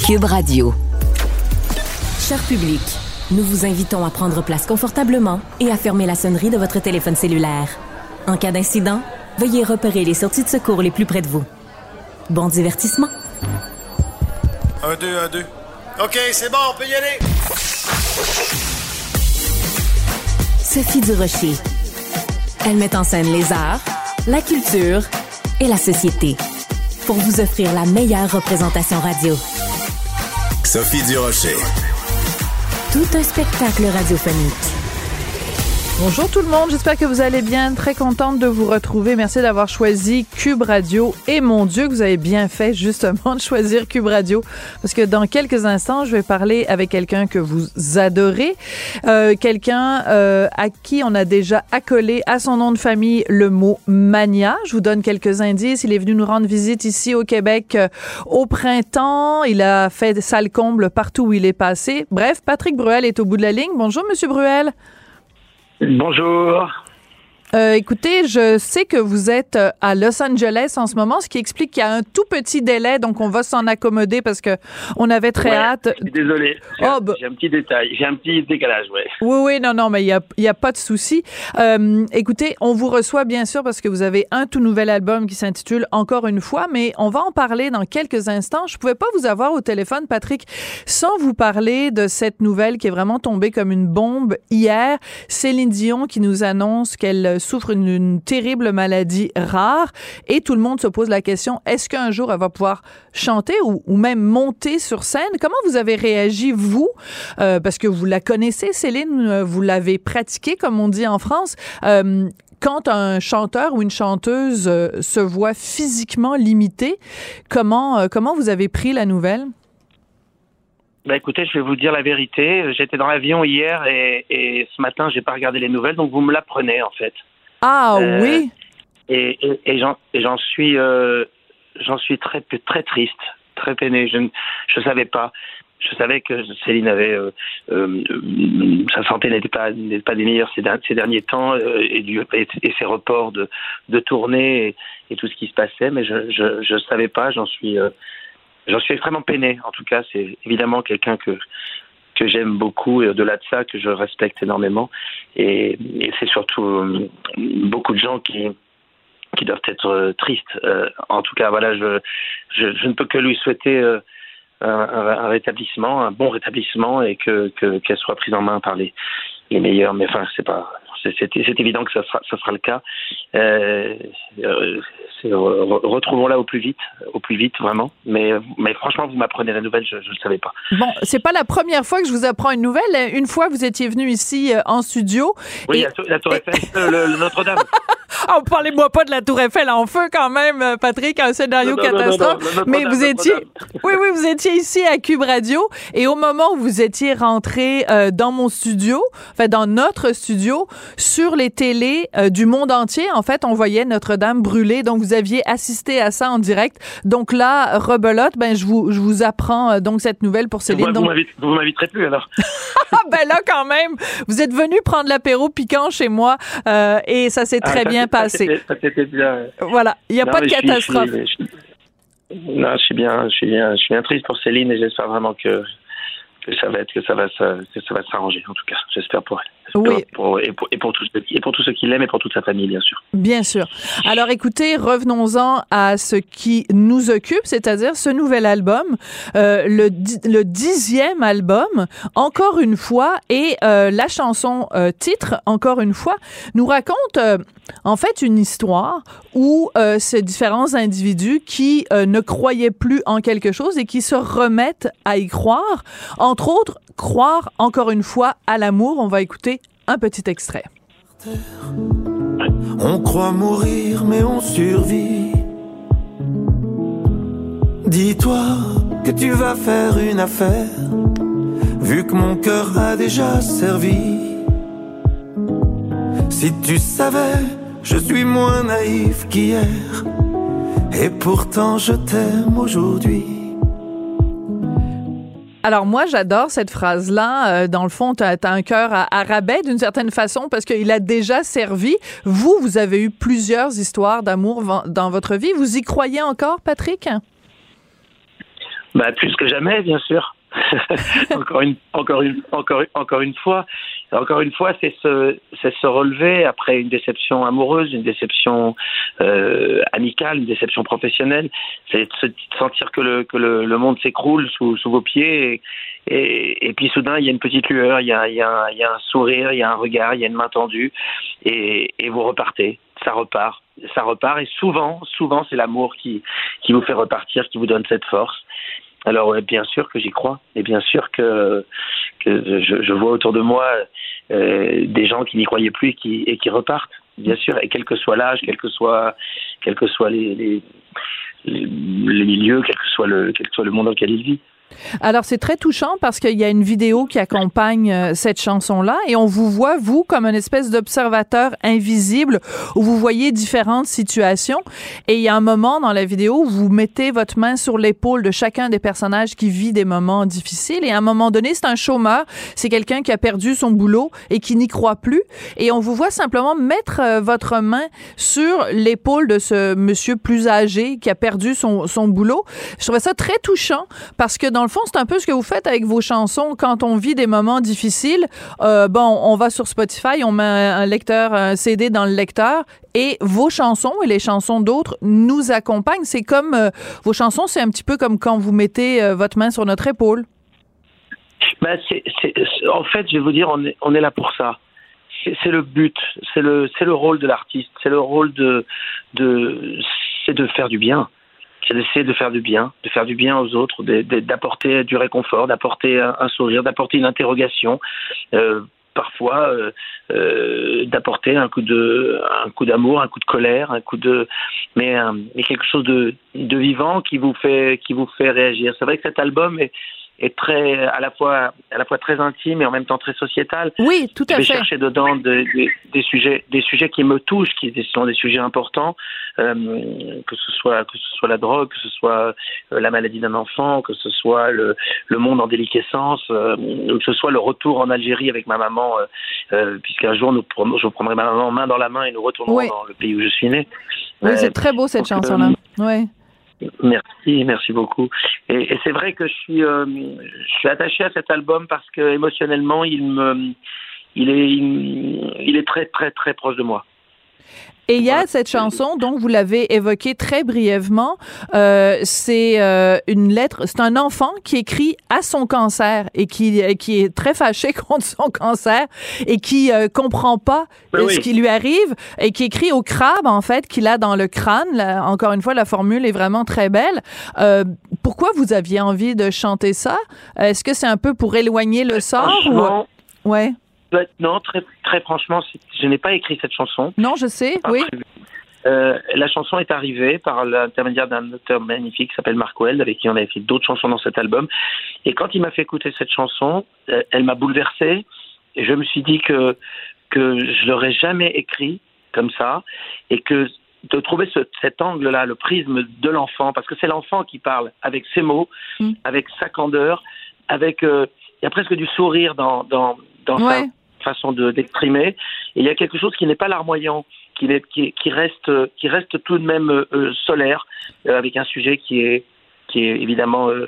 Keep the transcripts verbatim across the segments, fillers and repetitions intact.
Cube Radio. Cher public, nous vous invitons à prendre place confortablement et à fermer la sonnerie de votre téléphone cellulaire. En cas d'incident, veuillez repérer les sorties de secours les plus près de vous. Bon divertissement. Un, deux, un, deux. OK, c'est bon, on peut y aller. Sophie Durocher. Elle met en scène les arts, la culture et la société pour vous offrir la meilleure représentation radio. Sophie Durocher. Tout un spectacle radiophonique. Bonjour tout le monde, j'espère que vous allez bien. Très contente de vous retrouver. Merci d'avoir choisi Cube Radio. Et mon Dieu, que vous avez bien fait justement de choisir Cube Radio. Parce que dans quelques instants, je vais parler avec quelqu'un que vous adorez. Euh, quelqu'un euh, à qui on a déjà accolé à son nom de famille le mot mania. Je vous donne quelques indices. Il est venu nous rendre visite ici au Québec euh, au printemps. Il a fait salle comble partout où il est passé. Bref, Patrick Bruel est au bout de la ligne. Bonjour, Monsieur Bruel. Bonjour. Euh, écoutez, je sais que vous êtes à Los Angeles en ce moment, ce qui explique qu'il y a un tout petit délai, donc on va s'en accommoder parce que on avait très ouais, hâte. Désolé, j'ai, oh, un, bah... j'ai un petit détail, j'ai un petit décalage, ouais. Oui, oui, non, non, mais il y a, il y a pas de souci. Euh, écoutez, on vous reçoit bien sûr parce que vous avez un tout nouvel album qui s'intitule Encore une fois, mais on va en parler dans quelques instants. Je pouvais pas vous avoir au téléphone, Patrick, sans vous parler de cette nouvelle qui est vraiment tombée comme une bombe hier. Céline Dion qui nous annonce qu'elle souffre d'une une terrible maladie rare et tout le monde se pose la question, est-ce qu'un jour elle va pouvoir chanter ou, ou même monter sur scène? Comment vous avez réagi, vous? Euh, parce que vous la connaissez, Céline, vous l'avez pratiquée, comme on dit en France. Euh, quand un chanteur ou une chanteuse euh, se voit physiquement limité, comment, euh, comment vous avez pris la nouvelle? Bah écoutez, je vais vous dire la vérité. J'étais dans l'avion hier et, et ce matin, j'ai pas regardé les nouvelles, donc vous me l'apprenez en fait. Ah euh, oui. Et, et, et, j'en, et j'en suis, euh, j'en suis très, très triste, très peiné. Je ne, je savais pas. Je savais que Céline avait, euh, euh, sa santé n'était pas, n'était pas des meilleures ces, ces derniers temps euh, et, du, et, et ses reports de, de tournée et, et tout ce qui se passait. Mais je, je, je savais pas. J'en suis, euh, j'en suis extrêmement peiné. En tout cas, c'est évidemment quelqu'un que. que j'aime beaucoup et au-delà de ça que je respecte énormément et, et c'est surtout euh, beaucoup de gens qui qui doivent être euh, tristes. Euh, en tout cas, voilà, je, je je ne peux que lui souhaiter euh, un, un rétablissement, un bon rétablissement et que, que qu'elle soit prise en main par les les meilleurs. Mais enfin, c'est pas c'est c'est, c'est évident que ça sera ça sera le cas. Euh, euh, c'est, re, retrouvons-la au plus vite, au plus vite vraiment. Mais mais franchement, vous m'apprenez la nouvelle, je je le savais pas. Bon, c'est pas la première fois que je vous apprends une nouvelle. Une fois, vous étiez venu ici euh, en studio. Oui, et... la, la Tour Eiffel, euh, le, le Notre-Dame. Oh, parlez-moi pas de la Tour Eiffel en feu quand même, Patrick, un scénario non, non, catastrophe. Non, non, non, mais vous étiez, oui, oui, vous étiez ici à Cube Radio et au moment où vous étiez rentré euh, dans mon studio, enfin dans notre studio, sur les télés euh, du monde entier, en fait, on voyait Notre-Dame brûler. Donc vous aviez assisté à ça en direct. Donc là, rebelote, ben je vous, je vous apprends euh, donc cette nouvelle pour Céline. Vous, donc... vous m'inviterez plus alors. Ben là quand même, vous êtes venu prendre l'apéro piquant chez moi euh, et ça s'est très ah, bien passé. Ça s'était bien. Voilà, il n'y a non, pas de catastrophe. Je suis, je suis, non, je suis bien, je suis bien, je suis bien triste pour Céline et j'espère vraiment que, que ça va être, que ça va, que ça va s'arranger. En tout cas, j'espère pour elle. Oui. Pour, et, pour, et, pour tous, et pour tous ceux qui l'aiment et pour toute sa famille, bien sûr. Bien sûr. Alors écoutez, revenons-en à ce qui nous occupe, c'est-à-dire ce nouvel album, euh, le, le dixième album, Encore une fois, et euh, la chanson euh, titre, Encore une fois, nous raconte euh, en fait une histoire où euh, ces différents individus qui euh, ne croyaient plus en quelque chose et qui se remettent à y croire, entre autres, croire encore une fois à l'amour. On va écouter un petit extrait. On croit mourir mais on survit. Dis-toi que tu vas faire une affaire, vu que mon cœur a déjà servi. Si tu savais, je suis moins naïf qu'hier, et pourtant je t'aime aujourd'hui. Alors moi, j'adore cette phrase-là. Euh, dans le fond, t'as, t'as un cœur à, à rabais d'une certaine façon parce qu'il a déjà servi. Vous, vous avez eu plusieurs histoires d'amour v- dans votre vie. Vous y croyez encore, Patrick? Bah, plus que jamais, bien sûr. encore une, encore une, encore, encore une fois, encore une fois, c'est se, c'est se relever après une déception amoureuse, une déception euh, amicale, une déception professionnelle. C'est de se sentir que le, que le, le monde s'écroule sous, sous vos pieds, et, et, et puis soudain il y a une petite lueur, il y a, il y a, il y a un sourire, il y a un regard, il y a une main tendue, et, et vous repartez. Ça repart, ça repart, et souvent, souvent, c'est l'amour qui, qui vous fait repartir, qui vous donne cette force. Alors ouais, bien sûr que j'y crois, et bien sûr que, que je, je vois autour de moi euh, des gens qui n'y croyaient plus et qui, et qui repartent, bien sûr, et quel que soit l'âge, quel que soit, quel que soit les, les, les, les milieux, quel que soit le, quel que soit le monde dans lequel ils vivent. Alors, c'est très touchant parce qu'il y a une vidéo qui accompagne euh, cette chanson-là et on vous voit, vous, comme une espèce d'observateur invisible où vous voyez différentes situations. Et il y a un moment dans la vidéo où vous mettez votre main sur l'épaule de chacun des personnages qui vit des moments difficiles. Et à un moment donné, c'est un chômeur, c'est quelqu'un qui a perdu son boulot et qui n'y croit plus. Et on vous voit simplement mettre euh, votre main sur l'épaule de ce monsieur plus âgé qui a perdu son, son boulot. Je trouvais ça très touchant parce que dans le fond, c'est un peu ce que vous faites avec vos chansons quand on vit des moments difficiles. Euh, bon, on va sur Spotify, on met un lecteur, un C D dans le lecteur et vos chansons et les chansons d'autres nous accompagnent. C'est comme, euh, vos chansons, c'est un petit peu comme quand vous mettez euh, votre main sur notre épaule. Ben, c'est, c'est, c'est, en fait, je vais vous dire, on est, on est là pour ça. C'est, c'est le but, c'est le, c'est le rôle de l'artiste, c'est le rôle de, de, c'est de faire du bien. C'est d'essayer de faire du bien, de faire du bien aux autres, de, de, d'apporter du réconfort, d'apporter un, un sourire, d'apporter une interrogation, euh, parfois euh, euh, d'apporter un coup de, un coup d'amour, un coup de colère, un coup de, mais, euh, mais quelque chose de, de vivant qui vous fait, qui vous fait réagir. C'est vrai que cet album est est très à la fois à la fois très intime et en même temps très sociétal. Oui, tout à fait. Je vais chercher dedans de, de, des sujets des sujets qui me touchent, qui sont des sujets importants, euh, que ce soit que ce soit la drogue, que ce soit euh, la maladie d'un enfant, que ce soit le le monde en déliquescence, euh, que ce soit le retour en Algérie avec ma maman, euh, euh, puisqu'un jour nous je prendrai ma maman main dans la main et nous retournerons oui. dans le pays où je suis né. Oui, euh, c'est très beau cette chanson-là. Euh, oui. Merci, merci beaucoup. Et, et c'est vrai que je suis, euh, je suis attaché à cet album parce que émotionnellement, il me, il est, il, il est très, très, très proche de moi. Et il y a cette chanson, donc vous l'avez évoquée très brièvement, euh, c'est euh, une lettre, c'est un enfant qui écrit à son cancer et qui qui est très fâché contre son cancer et qui euh, comprend pas oui, ce oui. qui lui arrive et qui écrit au crabe en fait qu'il a dans le crâne. Là, encore une fois, la formule est vraiment très belle. Euh, pourquoi vous aviez envie de chanter ça? Est-ce que c'est un peu pour éloigner le sort ou... Ouais. Non, très, très franchement, je n'ai pas écrit cette chanson. Non, je sais, oui. Euh, la chanson est arrivée par l'intermédiaire d'un auteur magnifique qui s'appelle Marc Weld, avec qui on avait fait d'autres chansons dans cet album. Et quand il m'a fait écouter cette chanson, euh, elle m'a bouleversé. Et je me suis dit que, que je l'aurais jamais écrit comme ça. Et que de trouver ce, cet angle-là, le prisme de l'enfant, parce que c'est l'enfant qui parle avec ses mots, mm. avec sa candeur, avec... Euh, il y a presque du sourire dans, dans, dans ouais. sa façon de, d'exprimer. Et il y a quelque chose qui n'est pas larmoyant, qui, est, qui, qui, reste, qui reste tout de même euh, solaire, euh, avec un sujet qui est, qui est évidemment euh,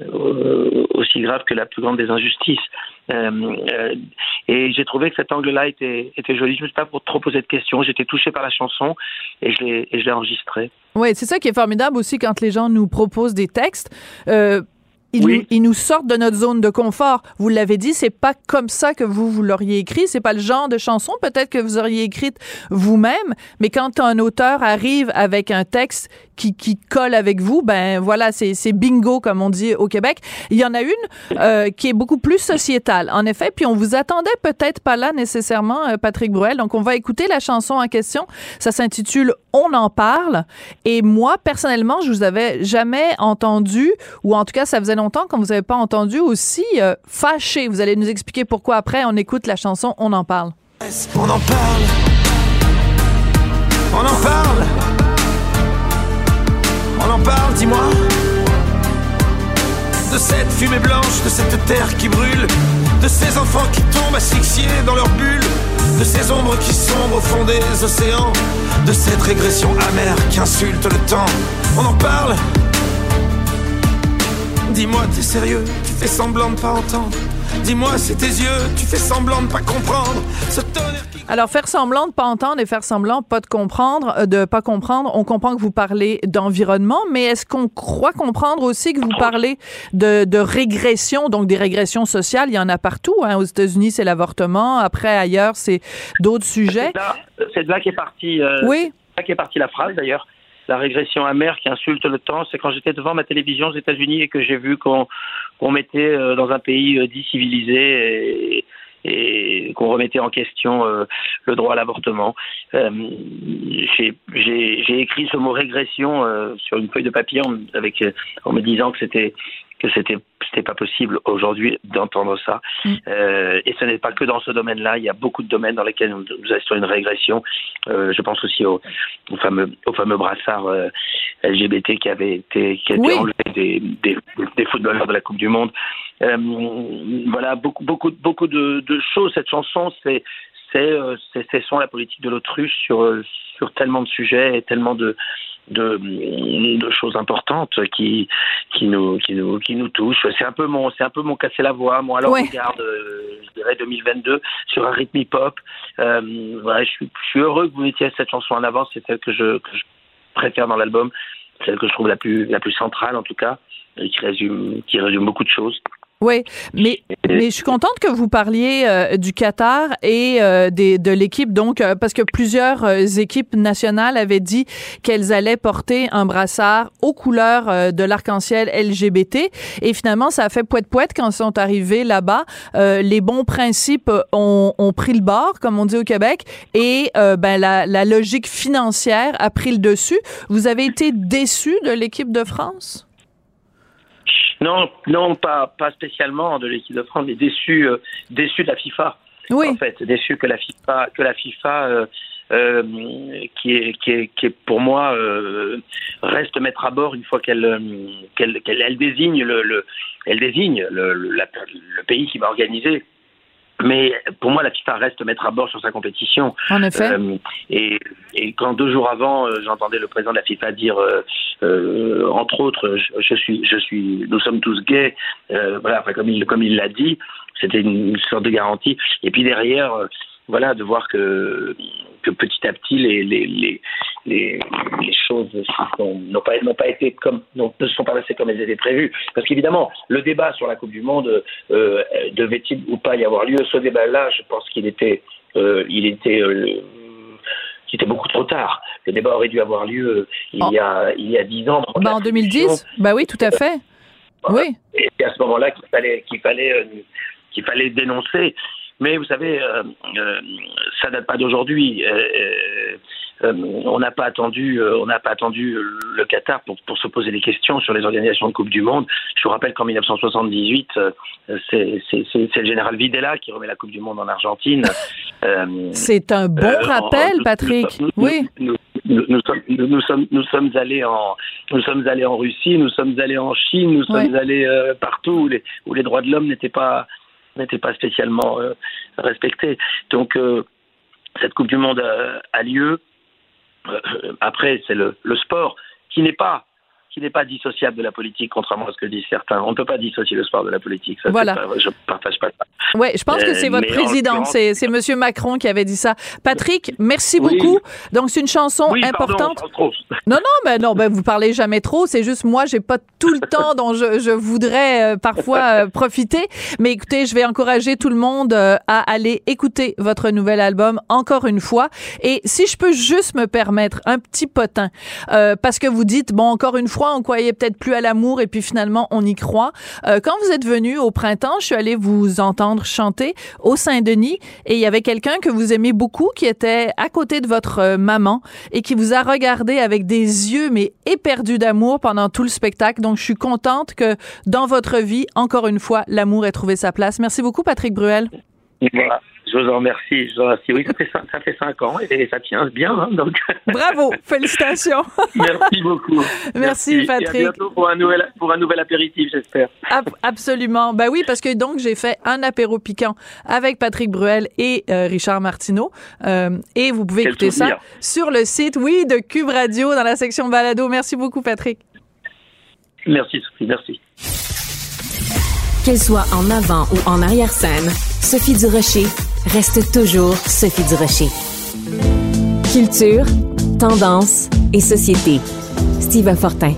euh, aussi grave que la plus grande des injustices. Euh, euh, et j'ai trouvé que cet angle-là était, était joli. Je ne me suis pas trop posé de questions. J'étais touché par la chanson et je l'ai, et je l'ai enregistrée. Oui, c'est ça qui est formidable aussi quand les gens nous proposent des textes. Euh, Ils, oui. nous, ils nous sortent de notre zone de confort. Vous l'avez dit, c'est pas comme ça que vous, vous l'auriez écrit. C'est pas le genre de chanson peut-être que vous auriez écrite vous-même. Mais quand un auteur arrive avec un texte qui, qui colle avec vous, ben voilà, c'est, c'est bingo, comme on dit au Québec. Il y en a une euh, qui est beaucoup plus sociétale, en effet. Puis on vous attendait peut-être pas là nécessairement, euh, Patrick Bruel. Donc on va écouter la chanson en question. Ça s'intitule « On en parle ». Et moi, personnellement, je vous avais jamais entendu, ou en tout cas, ça faisait longtemps qu'on vous avait pas entendu aussi euh, fâché. Vous allez nous expliquer pourquoi après. On écoute la chanson « On en parle ». On en parle. On en parle. On en parle, dis-moi. De cette fumée blanche, de cette terre qui brûle, de ces enfants qui tombent asphyxiés dans leur bulle, de ces ombres qui sombrent au fond des océans, de cette régression amère qui insulte le temps. On en parle. Dis-moi, t'es sérieux, tu fais semblant de pas entendre. Dis-moi, c'est tes yeux, tu fais semblant de pas comprendre. Ce tonnerre qui... Alors, faire semblant de pas entendre et faire semblant pas de comprendre, de pas comprendre, on comprend que vous parlez d'environnement, mais est-ce qu'on croit comprendre aussi que vous parlez de, de régression, donc des régressions sociales? Il y en a partout, hein. Aux États-Unis, c'est l'avortement. Après, ailleurs, c'est d'autres sujets. C'est de là, c'est de là qu'est partie, euh, oui. c'est de là qu'est partie la phrase, d'ailleurs. La régression amère qui insulte le temps, c'est quand j'étais devant ma télévision aux États-Unis et que j'ai vu qu'on, qu'on mettait euh, dans un pays euh, dit civilisé et, et qu'on remettait en question euh, le droit à l'avortement. Euh, j'ai, j'ai, j'ai écrit ce mot régression euh, sur une feuille de papier en, avec, euh, en me disant que c'était que c'était c'était pas possible aujourd'hui d'entendre ça. Mmh. Euh, et ce n'est pas que dans ce domaine-là. Il y a beaucoup de domaines dans lesquels nous, nous assistons à une régression. Euh, je pense aussi au, au fameux au fameux brassard euh, L G B T qui avait été qui a été oui. enlevé des, des des footballeurs de la Coupe du Monde. Euh, voilà, beaucoup beaucoup beaucoup de, de choses. Cette chanson, c'est c'est euh, c'est, c'est sont la politique de l'autruche sur sur tellement de sujets et tellement de De, de choses importantes qui qui nous qui nous qui nous touchent. C'est un peu mon c'est un peu mon casser la voix. Moi alors ouais. regarde, euh, je dirais deux mille vingt-deux sur un rythme hip-hop. Euh, voilà, je suis je suis heureux que vous mettiez cette chanson en avant. C'est celle que je que je préfère dans l'album, celle que je trouve la plus la plus centrale en tout cas, et qui résume qui résume beaucoup de choses. Oui, mais mais je suis contente que vous parliez euh, du Qatar et euh, des, de l'équipe, donc euh, parce que plusieurs euh, équipes nationales avaient dit qu'elles allaient porter un brassard aux couleurs euh, de l'arc-en-ciel L G B T, et finalement ça a fait poète-poète quand ils sont arrivés là-bas. Euh, les bons principes ont, ont pris le bord, comme on dit au Québec, et euh, ben la, la logique financière a pris le dessus. Vous avez été déçu de l'équipe de France? Non, non, pas pas spécialement de l'équipe de France, mais déçu, euh, déçu de la FIFA. Oui. En fait, déçu que la FIFA, que la FIFA, euh, euh, qui est qui est qui est pour moi euh, reste mettre à bord une fois qu'elle qu'elle qu'elle elle désigne le, le elle désigne le le, la, le pays qui va organiser. Mais pour moi, la FIFA reste mettre à bord sur sa compétition. En effet. Euh, et, et quand deux jours avant, euh, j'entendais le président de la FIFA dire, euh, euh, entre autres, je, je suis, je suis, nous sommes tous gays. Euh, voilà, enfin, comme il, comme il l'a dit, c'était une, une sorte de garantie. Et puis derrière, euh, voilà, de voir que, que petit à petit, les, les, les, les, les choses n'ont pas, n'ont pas été comme, non, ne se sont pas passées comme elles étaient prévues. Parce qu'évidemment, le débat sur la Coupe du Monde, euh, devait-il ou pas y avoir lieu? Ce débat-là, je pense qu'il était, euh, il était, euh, C'était beaucoup trop tard. Le débat aurait dû avoir lieu il y a il y a dix ans. Bah en deux mille dix. Bah oui, tout à fait. Oui. Et c'est à ce moment-là qu'il fallait qu'il fallait euh, qu'il fallait dénoncer. Mais vous savez, euh, euh, ça date pas d'aujourd'hui. Euh, euh, on n'a pas attendu, euh, on n'a pas attendu le Qatar pour, pour se poser des questions sur les organisations de Coupe du Monde. Je vous rappelle qu'en dix-neuf cent soixante-dix-huit, euh, c'est, c'est, c'est, c'est le général Videla qui remet la Coupe du Monde en Argentine. Euh, c'est un bon euh, rappel, en, Patrick. Nous, oui. Nous, nous, nous, sommes, nous, nous sommes, nous sommes allés en, nous sommes allés en Russie, nous sommes allés en Chine, nous sommes oui. allés euh, partout où les, où les droits de l'homme n'étaient pas n'était pas spécialement euh, respecté. Donc, euh, cette Coupe du Monde a, a lieu. Euh, après, c'est le, le sport qui n'est pas qui n'est pas dissociable de la politique, contrairement à ce que disent certains. On ne peut pas dissocier le sport de la politique. Ça, voilà. Pas, je ne partage pas ça. Oui, je pense que c'est votre euh, président. C'est, c'est M. Macron qui avait dit ça. Patrick, merci oui. beaucoup. Donc, c'est une chanson oui, importante. Pardon, trop. Non, non, ben non, ben vous parlez jamais trop. C'est juste moi, j'ai pas tout le temps dont je, je voudrais euh, parfois euh, profiter. Mais écoutez, je vais encourager tout le monde euh, à aller écouter votre nouvel album encore une fois. Et si je peux juste me permettre un petit potin, euh, parce que vous dites, bon, encore une fois, on croyait peut-être plus à l'amour et puis finalement, on y croit. Euh, quand vous êtes venu au printemps, je suis allée vous entendre chanter au Saint-Denis et il y avait quelqu'un que vous aimez beaucoup qui était à côté de votre euh, maman et qui vous a regardé avec des yeux mais éperdus d'amour pendant tout le spectacle. Donc, je suis contente que dans votre vie, encore une fois, l'amour ait trouvé sa place. Merci beaucoup, Patrick Bruel. Voilà. Je vous en remercie. Je vous en remercie. Oui, ça fait, cinq, ça fait cinq ans et ça tient bien. Hein, donc. Bravo. Félicitations. Merci beaucoup. Merci, Merci, Patrick. Et à bientôt pour un nouvel, pour un nouvel apéritif, j'espère. Ab- absolument. Ben oui, parce que donc, j'ai fait un apéro piquant avec Patrick Bruel et euh, Richard Martineau. Euh, et vous pouvez Quel écouter souvenir. ça sur le site, oui, de Cube Radio dans la section balado. Merci beaucoup, Patrick. Merci, Sophie. Merci. Qu'elle soit en avant ou en arrière-scène, Sophie Durocher reste toujours Sophie Durocher. Culture, tendance et société. Steve Fortin.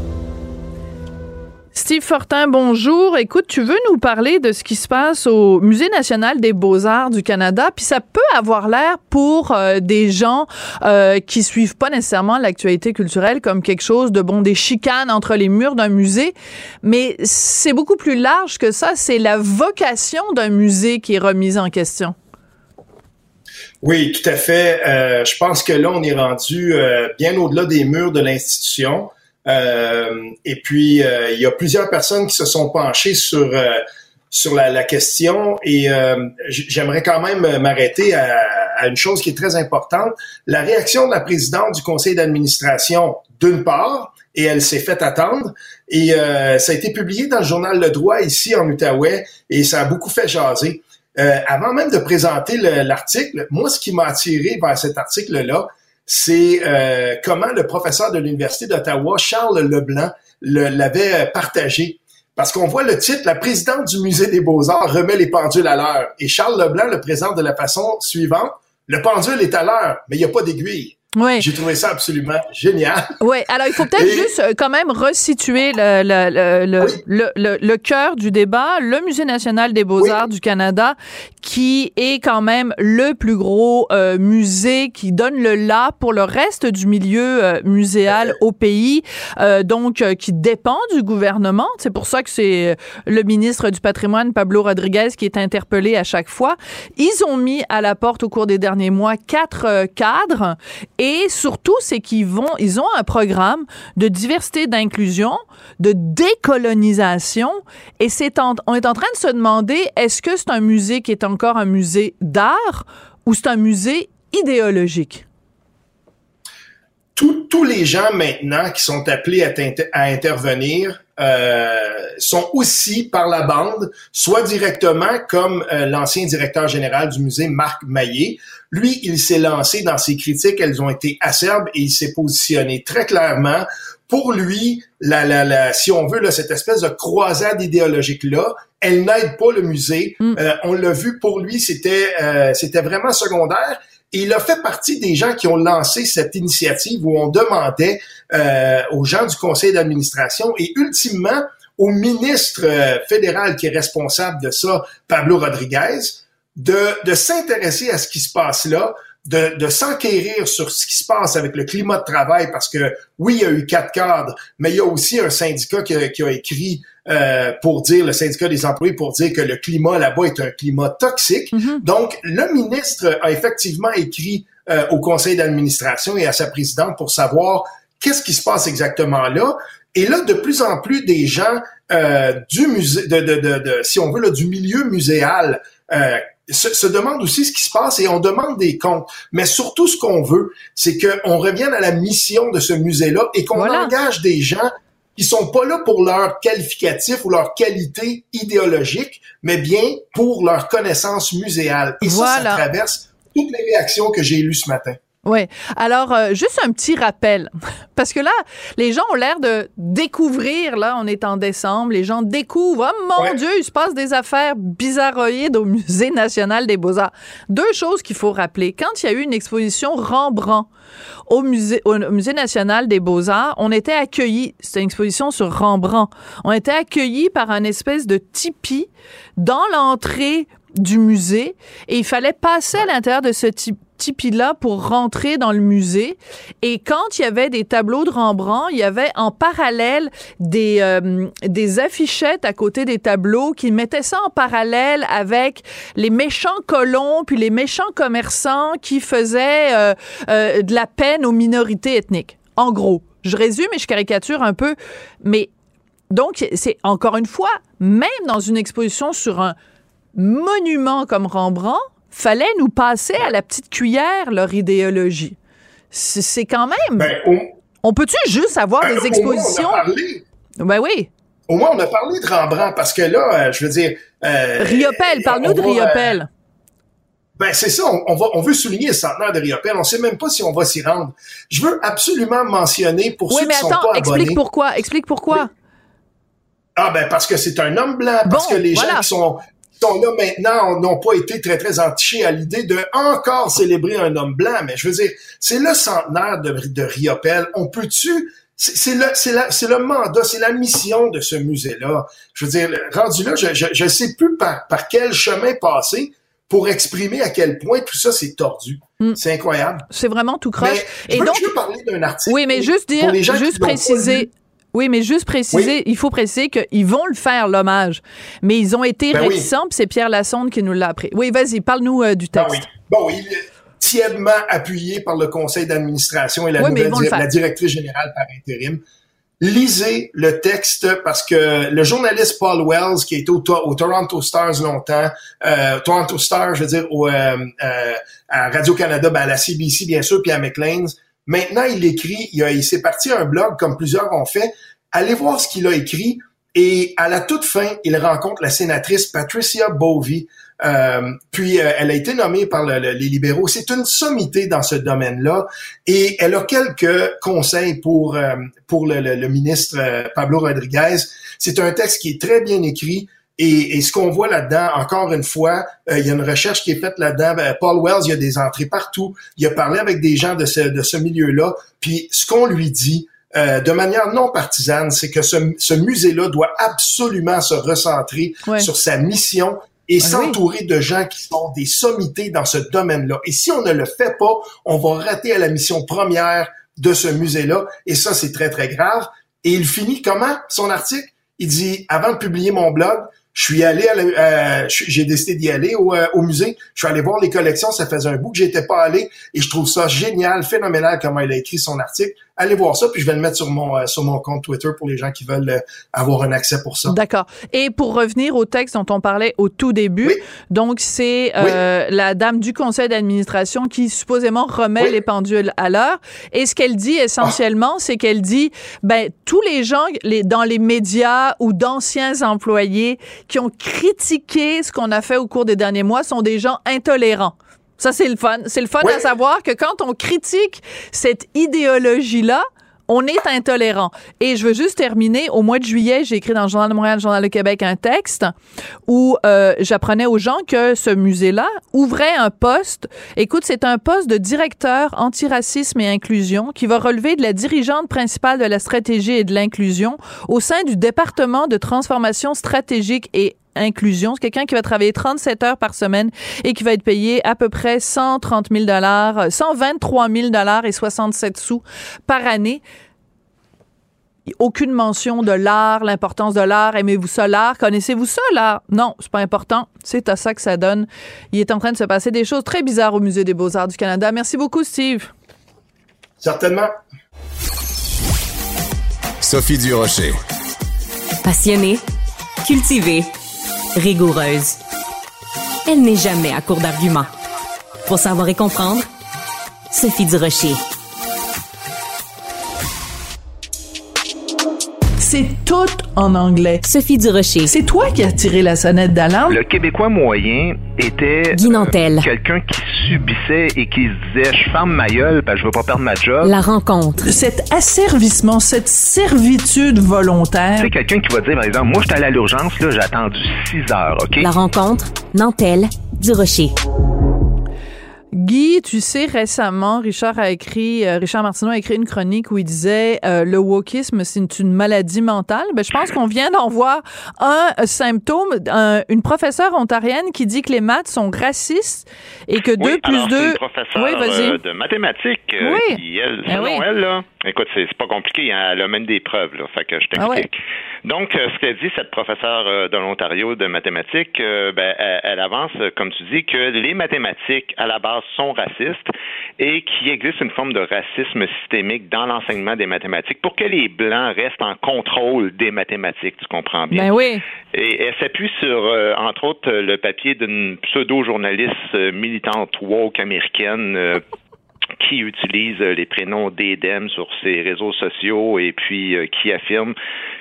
Steve Fortin, bonjour. Écoute, tu veux nous parler de ce qui se passe au Musée national des beaux-arts du Canada, puis ça peut avoir l'air pour euh, des gens euh, qui suivent pas nécessairement l'actualité culturelle comme quelque chose de bon, des chicanes entre les murs d'un musée, mais c'est beaucoup plus large que ça. C'est la vocation d'un musée qui est remise en question. Oui, tout à fait. Euh, je pense que là, on est rendu euh, bien au-delà des murs de l'institution. Euh, et puis, euh, il y a plusieurs personnes qui se sont penchées sur euh, sur la, la question et euh, j'aimerais quand même m'arrêter à, à une chose qui est très importante. La réaction de la présidente du conseil d'administration, d'une part, et elle s'est fait attendre, et euh, ça a été publié dans le journal Le Droit ici en Outaouais et ça a beaucoup fait jaser. Euh, avant même de présenter le, l'article, moi, ce qui m'a attiré vers cet article-là, c'est euh, comment le professeur de l'Université d'Ottawa, Charles Leblanc, le, l'avait partagé. Parce qu'on voit le titre, la présidente du Musée des Beaux-Arts remet les pendules à l'heure. Et Charles Leblanc le présente de la façon suivante. Le pendule est à l'heure, mais il n'y a pas d'aiguille. Oui. J'ai trouvé ça absolument génial. Oui, alors il faut peut-être Et... juste euh, quand même resituer le, le, le, le, oui. le, le, le cœur du débat, le Musée national des beaux-arts oui. du Canada, qui est quand même le plus gros euh, musée qui donne le là pour le reste du milieu euh, muséal au pays, euh, donc euh, qui dépend du gouvernement. C'est pour ça que c'est le ministre du Patrimoine, Pablo Rodriguez, qui est interpellé à chaque fois. Ils ont mis à la porte au cours des derniers mois quatre euh, cadres. Et surtout, c'est qu'ils vont, ils ont un programme de diversité, d'inclusion, de décolonisation. Et c'est en, on est en train de se demander, est-ce que c'est un musée qui est encore un musée d'art ou c'est un musée idéologique? Tous, tous les gens maintenant qui sont appelés à, à intervenir euh, sont aussi par la bande, soit directement comme euh, l'ancien directeur général du musée, Marc Maillet. Lui, il s'est lancé dans ses critiques, elles ont été acerbes et il s'est positionné très clairement. Pour lui, la, la, la, si on veut, là, cette espèce de croisade idéologique-là, elle n'aide pas le musée. Mm. Euh, on l'a vu, pour lui, c'était, euh, c'était vraiment secondaire. Et il a fait partie des gens qui ont lancé cette initiative où on demandait euh, aux gens du conseil d'administration et ultimement au ministre euh, fédéral qui est responsable de ça, Pablo Rodriguez, de, de s'intéresser à ce qui se passe là, de, de s'enquérir sur ce qui se passe avec le climat de travail, parce que oui, il y a eu quatre cadres, mais il y a aussi un syndicat qui a, qui a écrit euh, pour dire, le syndicat des employés, pour dire que le climat là-bas est un climat toxique. Mm-hmm. Donc, le ministre a effectivement écrit euh, au conseil d'administration et à sa présidente pour savoir qu'est-ce qui se passe exactement là. Et là, de plus en plus, des gens euh, du musée, de, de, de, de, si on veut, là, du milieu muséal, euh, Se, se demande aussi ce qui se passe et on demande des comptes. Mais surtout, ce qu'on veut, c'est qu'on revienne à la mission de ce musée-là et qu'on voilà. engage des gens qui sont pas là pour leur qualificatif ou leur qualité idéologique, mais bien pour leur connaissance muséale. Et voilà. ça, ça traverse toutes les réactions que j'ai lues ce matin. Oui. Alors, euh, juste un petit rappel, parce que là, les gens ont l'air de découvrir, là, on est en décembre, les gens découvrent, oh mon ouais. Dieu, il se passe des affaires bizarroïdes au Musée national des beaux-arts. Deux choses qu'il faut rappeler. Quand il y a eu une exposition Rembrandt au musée, au musée national des beaux-arts, on était accueillis, c'était une exposition sur Rembrandt, on était accueillis par un espèce de tipi dans l'entrée du musée et il fallait passer à l'intérieur de ce tipi tipi-là pour rentrer dans le musée. Et quand il y avait des tableaux de Rembrandt, il y avait en parallèle des, euh, des affichettes à côté des tableaux qui mettaient ça en parallèle avec les méchants colons puis les méchants commerçants qui faisaient euh, euh, de la peine aux minorités ethniques. En gros, je résume et je caricature un peu, mais donc c'est encore une fois, même dans une exposition sur un monument comme Rembrandt, fallait nous passer à la petite cuillère leur idéologie. C'est, c'est quand même... Ben, on, on peut-tu juste avoir ben, des expositions... Au moins, on a parlé. Ben oui. Au moins, on a parlé de Rembrandt, parce que là, euh, je veux dire... Euh, Riopelle, parle-nous de Riopelle. Euh, ben c'est ça, on, on, va, on veut souligner le centenaire de Riopelle. On sait même pas si on va s'y rendre. Je veux absolument mentionner, pour oui, ceux qui attends, sont pas abonnés... Oui, mais attends, explique pourquoi. Explique pourquoi. Oui. Ah ben parce que c'est un homme blanc, parce bon, que les voilà. gens qui sont, qui sont là maintenant n'ont pas été très très entichés à l'idée de encore célébrer un homme blanc. Mais je veux dire, c'est le centenaire de, de Riopelle. On peut-tu... C'est, c'est, le, c'est, la, c'est le mandat, c'est la mission de ce musée-là. Je veux dire, rendu là, je je, je sais plus par, par quel chemin passer pour exprimer à quel point tout ça c'est tordu. Mm. C'est incroyable. C'est vraiment tout croche. Mais Et je veux, donc, je veux parler d'un article. Oui, mais juste dire, juste préciser. Oui, mais juste préciser, oui. il faut préciser qu'ils vont le faire, l'hommage. Mais ils ont été ben réticents, oui. puis c'est Pierre Lassonde qui nous l'a appris. Oui, vas-y, parle-nous euh, du texte. Ben oui. Bon, oui, tièdement appuyé par le conseil d'administration et la, oui, nouvelle, di- la directrice générale par intérim. Lisez le texte parce que le journaliste Paul Wells, qui a été au, au Toronto Stars longtemps, euh, Toronto Stars, je veux dire, au, euh, euh, à Radio-Canada, ben à la C B C, bien sûr, puis à Maclean's. Maintenant, il écrit, il, a, il s'est parti un blog, comme plusieurs ont fait. Allez voir ce qu'il a écrit. Et à la toute fin, il rencontre la sénatrice Patricia Bovey. Euh, puis, euh, elle a été nommée par le, le, les libéraux. C'est une sommité dans ce domaine-là. Et elle a quelques conseils pour euh, pour le, le, le ministre euh, Pablo Rodriguez. C'est un texte qui est très bien écrit. Et, et ce qu'on voit là-dedans, encore une fois, euh, il y a une recherche qui est faite là-dedans. Ben, Paul Wells, il y a des entrées partout. Il a parlé avec des gens de ce, de ce milieu-là. Puis, ce qu'on lui dit, Euh, de manière non partisane, c'est que ce, ce musée-là doit absolument se recentrer ouais. sur sa mission et ah, s'entourer oui. de gens qui sont des sommités dans ce domaine-là. Et si on ne le fait pas, on va rater à la mission première de ce musée-là. Et ça, c'est très, très grave. Et il finit comment, son article? Il dit, avant de publier mon blog, je suis allé, à la, euh, j'ai décidé d'y aller au, euh, au musée. Je suis allé voir les collections. Ça faisait un bout que j'étais pas allé et je trouve ça génial, phénoménal comment il a écrit son article. Allez voir ça, puis je vais le mettre sur mon euh, sur mon compte Twitter pour les gens qui veulent euh, avoir un accès pour ça. D'accord. Et pour revenir au texte dont on parlait au tout début, oui. donc c'est euh, oui. la dame du conseil d'administration qui supposément remet oui. les pendules à l'heure. Et ce qu'elle dit essentiellement, oh. c'est qu'elle dit, ben tous les gens les, dans les médias ou d'anciens employés qui ont critiqué ce qu'on a fait au cours des derniers mois sont des gens intolérants. Ça, c'est le fun. C'est le fun oui. à savoir que quand on critique cette idéologie-là, on est intolérant. Et je veux juste terminer. Au mois de juillet, j'ai écrit dans le Journal de Montréal, le Journal de Québec, un texte où euh, j'apprenais aux gens que ce musée-là ouvrait un poste. Écoute, c'est un poste de directeur antiracisme et inclusion qui va relever de la dirigeante principale de la stratégie et de l'inclusion au sein du département de transformation stratégique et inclusion. C'est quelqu'un qui va travailler trente-sept heures par semaine et qui va être payé à peu près cent trente mille dollars, cent vingt-trois mille dollars et soixante-sept sous par année. Aucune mention de l'art, l'importance de l'art. Aimez-vous ça, l'art? Connaissez-vous ça, l'art? Non, c'est pas important. C'est à ça que ça donne. Il est en train de se passer des choses très bizarres au Musée des Beaux-Arts du Canada. Merci beaucoup, Steve. Certainement. Sophie Durocher. Passionnée, cultivée, rigoureuse. Elle n'est jamais à court d'arguments. Pour savoir et comprendre, Sophie Durocher. C'est tout en anglais. Sophie Durocher. C'est toi qui as tiré la sonnette d'alarme. Le Québécois moyen était Guy Nantel. Euh, quelqu'un qui subissait et qui se disait « Je ferme ma gueule, ben, je veux pas perdre ma job. » La rencontre. Cet asservissement, cette servitude volontaire. C'est quelqu'un qui va dire, par exemple, moi, j'étais allé à l'urgence, là, j'ai attendu six heures, OK? La rencontre. Nantel. Durocher. Guy, tu sais, récemment, Richard a écrit, euh, Richard Martineau a écrit une chronique où il disait euh, le wokisme, c'est une maladie mentale. Ben, je pense qu'on vient d'en voir un symptôme. Un, une professeure ontarienne qui dit que les maths sont racistes et que deux oui, plus alors, deux. C'est une professeure oui, vas-y. Euh, de mathématiques euh, oui. qui, elle, ben selon oui. elle, là, écoute, c'est, c'est pas compliqué, hein, elle a même des preuves, là, fait que je t'explique. Ah ouais. Donc, euh, ce qu'elle dit, cette professeure euh, de l'Ontario de mathématiques, euh, ben, elle, elle avance, comme tu dis, que les mathématiques, à la base, sont racistes et qu'il existe une forme de racisme systémique dans l'enseignement des mathématiques pour que les Blancs restent en contrôle des mathématiques, tu comprends bien. Ben oui. Et elle s'appuie sur, euh, entre autres, le papier d'une pseudo-journaliste euh, militante woke américaine euh, qui utilise les prénoms d'Edem sur ses réseaux sociaux et puis euh, qui affirme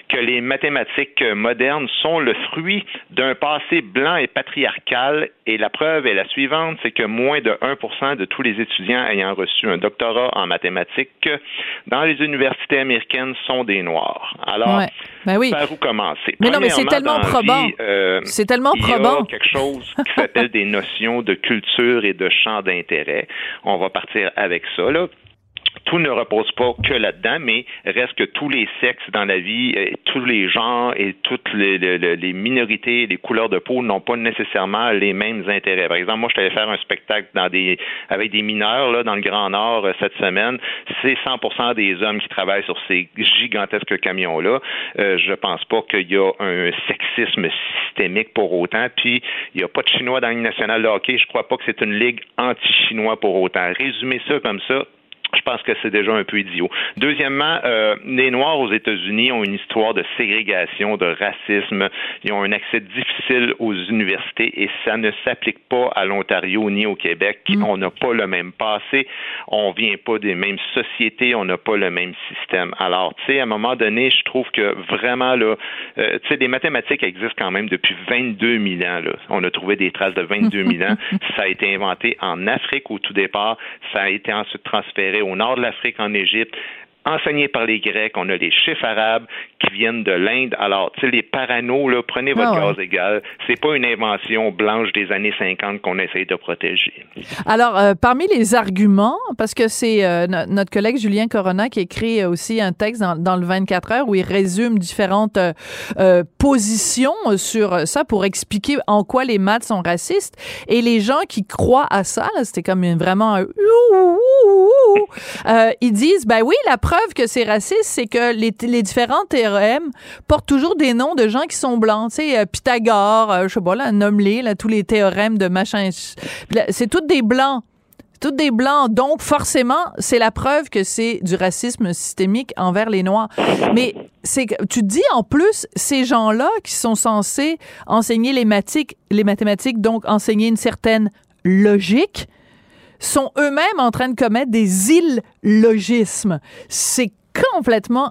que les mathématiques modernes sont le fruit d'un passé blanc et patriarcal, et la preuve est la suivante, c'est que moins de un pour cent de tous les étudiants ayant reçu un doctorat en mathématiques dans les universités américaines sont des Noirs. Alors, ouais. ben oui. par où commencer? Mais non, mais c'est tellement probant. Vie, euh, c'est tellement il probant. Il y a quelque chose qui s'appelle des notions de culture et de champ d'intérêt. On va partir avec ça, là. Tout ne repose pas que là-dedans, mais reste que tous les sexes dans la vie, et tous les genres et toutes les, les, les minorités, les couleurs de peau n'ont pas nécessairement les mêmes intérêts. Par exemple, moi, je suis allé faire un spectacle dans des avec des mineurs là, dans le Grand Nord euh, cette semaine. C'est cent pour cent des hommes qui travaillent sur ces gigantesques camions-là. Euh, je pense pas qu'il y a un sexisme systémique pour autant. Puis, il n'y a pas de Chinois dans la Ligue nationale de hockey. Je crois pas que c'est une ligue anti-chinois pour autant. Résumer ça comme ça, je pense que c'est déjà un peu idiot. Deuxièmement, euh, les Noirs aux États-Unis ont une histoire de ségrégation, de racisme. Ils ont un accès difficile aux universités et ça ne s'applique pas à l'Ontario ni au Québec. Mm. On n'a pas le même passé, on vient pas des mêmes sociétés, on n'a pas le même système. Alors, tu sais, à un moment donné, je trouve que vraiment, là, euh, tu sais, les mathématiques existent quand même depuis vingt-deux mille ans. Là. On a trouvé des traces de vingt-deux mille ans. Ça a été inventé en Afrique au tout départ. Ça a été ensuite transféré au nord de l'Afrique, en Égypte, enseigné par les Grecs. On a les chiffres arabes qui viennent de l'Inde. Alors, tu sais, les paranos, là, prenez votre ah ouais. gaz égal. C'est pas une invention blanche des années cinquante qu'on essaye de protéger. Alors, euh, parmi les arguments, parce que c'est euh, no- notre collègue Julien Corona qui écrit aussi un texte dans, dans le vingt-quatre heures où il résume différentes euh, euh, positions sur ça pour expliquer en quoi les maths sont racistes. Et les gens qui croient à ça, là, c'était comme une, vraiment un euh, ils disent, ben oui, la preuve que c'est raciste, c'est que les, les différents théorèmes portent toujours des noms de gens qui sont blancs. Tu sais, euh, Pythagore, euh, je sais pas, là, nomme-les, là, tous les théorèmes de machin. Là, c'est tous des blancs. C'est tous des blancs. Donc, forcément, c'est la preuve que c'est du racisme systémique envers les Noirs. Mais c'est que tu te dis, en plus, ces gens-là qui sont censés enseigner les mathématiques, les mathématiques, donc enseigner une certaine logique, sont eux-mêmes en train de commettre des illogismes. C'est complètement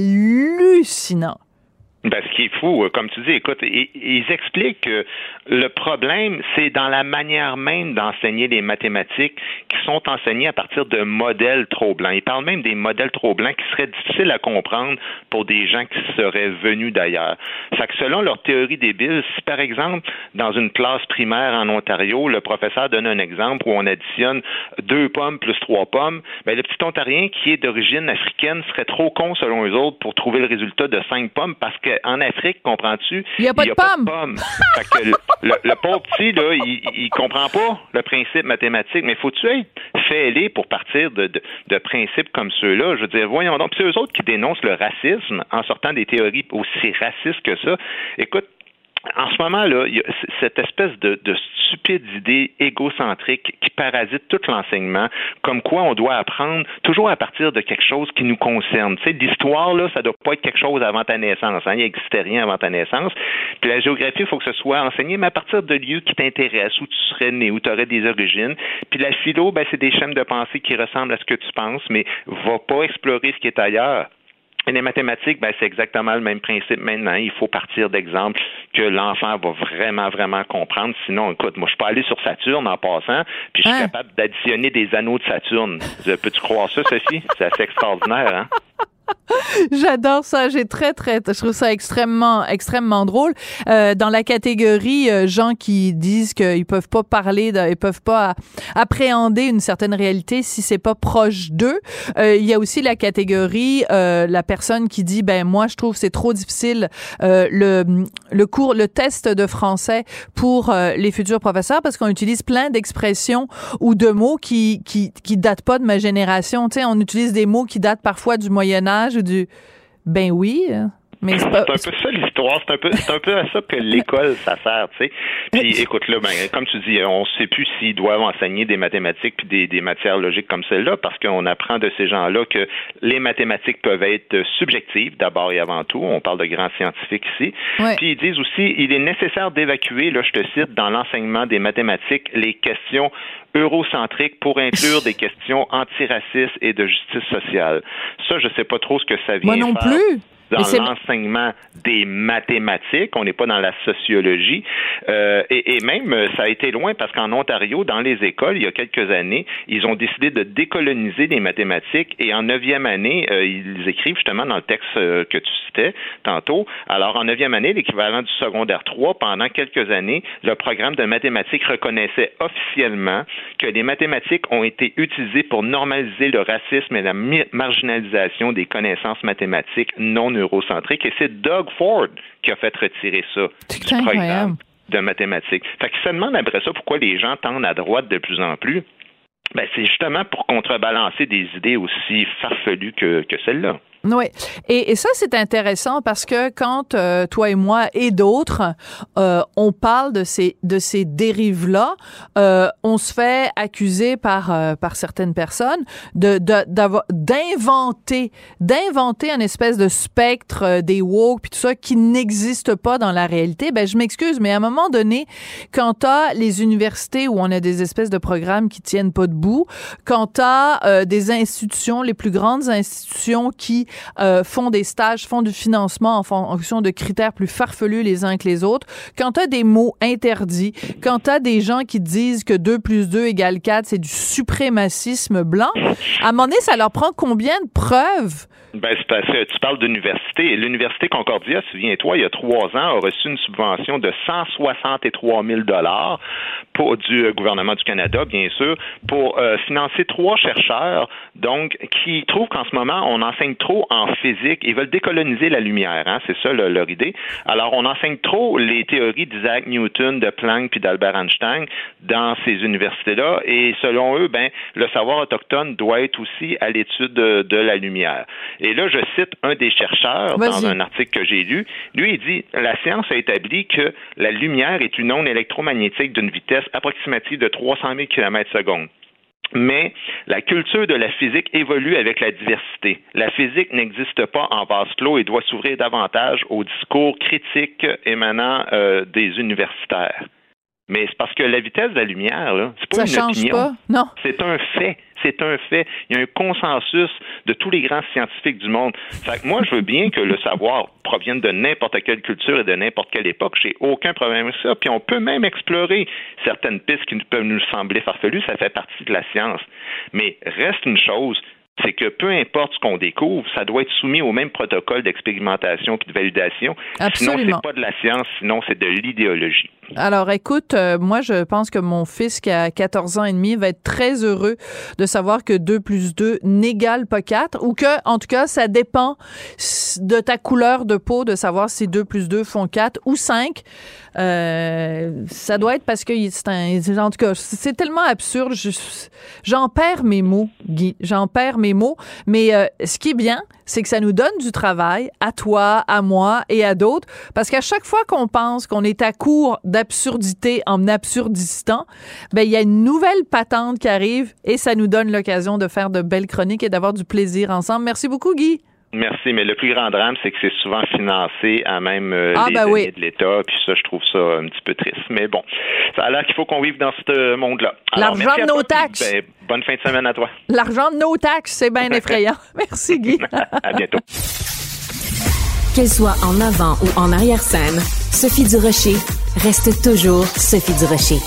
hallucinant. Ben, ce qui est fou, comme tu dis, écoute, ils, ils expliquent que le problème, c'est dans la manière même d'enseigner les mathématiques qui sont enseignées à partir de modèles trop blancs. Ils parlent même des modèles trop blancs qui seraient difficiles à comprendre pour des gens qui seraient venus d'ailleurs. Fait que selon leur théorie débile, si par exemple, dans une classe primaire en Ontario, le professeur donne un exemple où on additionne deux pommes plus trois pommes, ben le petit Ontarien qui est d'origine africaine serait trop con selon eux autres pour trouver le résultat de cinq pommes parce que en Afrique, comprends-tu? Il n'y a pas de pommes. Pomme. Fait que le, le, le pauvre petit, là, il, il comprend pas le principe mathématique, mais faut-tu être fêlé pour partir de, de, de principes comme ceux-là? Je veux dire, voyons donc. Puis c'est eux autres qui dénoncent le racisme en sortant des théories aussi racistes que ça. Écoute, en ce moment-là, il y a cette espèce de, de stupide idée égocentrique qui parasite tout l'enseignement, comme quoi on doit apprendre toujours à partir de quelque chose qui nous concerne. Tu sais, l'histoire, là, ça doit pas être quelque chose avant ta naissance. Hein? Il n'existait rien avant ta naissance. Puis la géographie, il faut que ce soit enseigné, mais à partir de lieux qui t'intéressent, où tu serais né, où tu aurais des origines. Puis la philo, ben, c'est des schèmes de pensée qui ressemblent à ce que tu penses, mais va pas explorer ce qui est ailleurs. Et les mathématiques, ben, c'est exactement le même principe maintenant. Il faut partir d'exemples que l'enfant va vraiment, vraiment comprendre. Sinon, écoute, moi, je peux aller sur Saturne en passant, puis je suis hein? capable d'additionner des anneaux de Saturne. Peux-tu croire ça, Sophie? C'est assez extraordinaire, hein? J'adore ça. J'ai très, très, je trouve ça extrêmement, extrêmement drôle. Euh, dans la catégorie euh, gens qui disent qu'ils peuvent pas parler, de, ils peuvent pas appréhender une certaine réalité si c'est pas proche d'eux. Euh, il y a aussi la catégorie euh, la personne qui dit ben moi je trouve que c'est trop difficile euh, le le cours, le test de français pour euh, les futurs professeurs parce qu'on utilise plein d'expressions ou de mots qui qui qui datent pas de ma génération. Tu sais, on utilise des mots qui datent parfois du Moyen Âge ou du ben oui, mais c'est pas... C'est un peu ça l'histoire, c'est un peu c'est un peu à ça que l'école ça sert, tu sais. Puis écoute là, ben comme tu dis, on sait plus s'ils doivent enseigner des mathématiques puis des, des matières logiques comme celle-là parce qu'on apprend de ces gens-là que les mathématiques peuvent être subjectives d'abord et avant tout. On parle de grands scientifiques ici. Ouais. Puis ils disent aussi il est nécessaire d'évacuer, là je te cite, dans l'enseignement des mathématiques les questions eurocentriques pour inclure des questions antiracistes et de justice sociale. Ça, je sais pas trop ce que ça vient Moi non faire. plus. dans l'enseignement des mathématiques. On n'est pas dans la sociologie. Euh, et, et même, ça a été loin parce qu'en Ontario, dans les écoles, il y a quelques années, ils ont décidé de décoloniser les mathématiques et en neuvième année, euh, ils écrivent justement dans le texte euh, que tu citais tantôt. Alors, en neuvième année, l'équivalent du secondaire trois, pendant quelques années, le programme de mathématiques reconnaissait officiellement que les mathématiques ont été utilisées pour normaliser le racisme et la mi- marginalisation des connaissances mathématiques non neurocentriques. Et c'est Doug Ford qui a fait retirer ça c'est du incroyable. programme de mathématiques. Fait qu'ils se demandent après ça pourquoi les gens tendent à droite de plus en plus. Ben, c'est justement pour contrebalancer des idées aussi farfelues que, que celle-là. Oui. Et, et ça, c'est intéressant parce que quand euh, toi et moi et d'autres, euh, on parle de ces de ces dérives-là, euh, on se fait accuser par euh, par certaines personnes de, de d'avoir d'inventer d'inventer un espèce de spectre euh, des woke puis tout ça qui n'existe pas dans la réalité. Ben je m'excuse, mais à un moment donné, quand t'as les universités où on a des espèces de programmes qui tiennent pas debout, quand t'as euh, des institutions, les plus grandes institutions qui Euh, font des stages, font du financement en fonction de critères plus farfelus les uns que les autres, quand t'as des mots interdits, quand t'as des gens qui disent que deux plus deux égale quatre, c'est du suprémacisme blanc, à un moment donné, ça leur prend combien de preuves? Ben, c'est parce que tu parles d'université. L'Université Concordia, souviens-toi, il y a trois ans, a reçu une subvention de cent soixante-trois mille dollars pour, du gouvernement du Canada, bien sûr, pour euh, financer trois chercheurs, donc, qui trouvent qu'en ce moment, on enseigne trop en physique. Ils veulent décoloniser la lumière, hein, c'est ça le, leur idée. Alors, on enseigne trop les théories d'Isaac Newton, de Planck puis d'Albert Einstein dans ces universités-là, et selon eux, ben, le savoir autochtone doit être aussi à l'étude de, de la lumière. Et là, je cite un des chercheurs Vas-y. dans un article que j'ai lu. Lui, il dit « La science a établi que la lumière est une onde électromagnétique d'une vitesse approximative de trois cent mille kilomètres seconde. Mais la culture de la physique évolue avec la diversité. La physique n'existe pas en vase clos et doit s'ouvrir davantage aux discours critiques émanant euh, des universitaires. » Mais c'est parce que la vitesse de la lumière, là, c'est pas Ça une change opinion. pas? Non. C'est un fait. C'est un fait. Il y a un consensus de tous les grands scientifiques du monde. Fait que moi, je veux bien que le savoir provienne de n'importe quelle culture et de n'importe quelle époque. J'ai aucun problème avec ça. Puis on peut même explorer certaines pistes qui peuvent nous sembler farfelues. Ça fait partie de la science. Mais reste une chose, c'est que peu importe ce qu'on découvre, ça doit être soumis au même protocole d'expérimentation puis de validation. Absolument. Sinon, c'est pas de la science, sinon c'est de l'idéologie. Alors, écoute, euh, moi, je pense que mon fils, qui a quatorze ans et demi, va être très heureux de savoir que deux plus deux n'égale pas quatre, ou que, en tout cas, ça dépend de ta couleur de peau de savoir si deux plus deux font quatre ou cinq. Euh, ça doit être parce que c'est un, en tout cas, c'est tellement absurde. Je, j'en perds mes mots, Guy. J'en perds mes mots. Mais euh, ce qui est bien, c'est que ça nous donne du travail à toi, à moi et à d'autres, parce qu'à chaque fois qu'on pense qu'on est à court d'absurdité en absurdistan, ben il y a une nouvelle patente qui arrive et ça nous donne l'occasion de faire de belles chroniques et d'avoir du plaisir ensemble. Merci beaucoup, Guy. Merci, mais le plus grand drame, c'est que c'est souvent financé à même euh, ah, les ben données oui. de l'État, puis ça, je trouve ça un petit peu triste. Mais bon, ça a l'air qu'il faut qu'on vive dans ce monde-là. Alors, l'argent de nos toi, taxes. Ben, bonne fin de semaine à toi. L'argent de nos taxes, c'est bien effrayant. Merci, Guy. À bientôt. Qu'elle soit en avant ou en arrière-scène, Sophie Durocher reste toujours Sophie Durocher.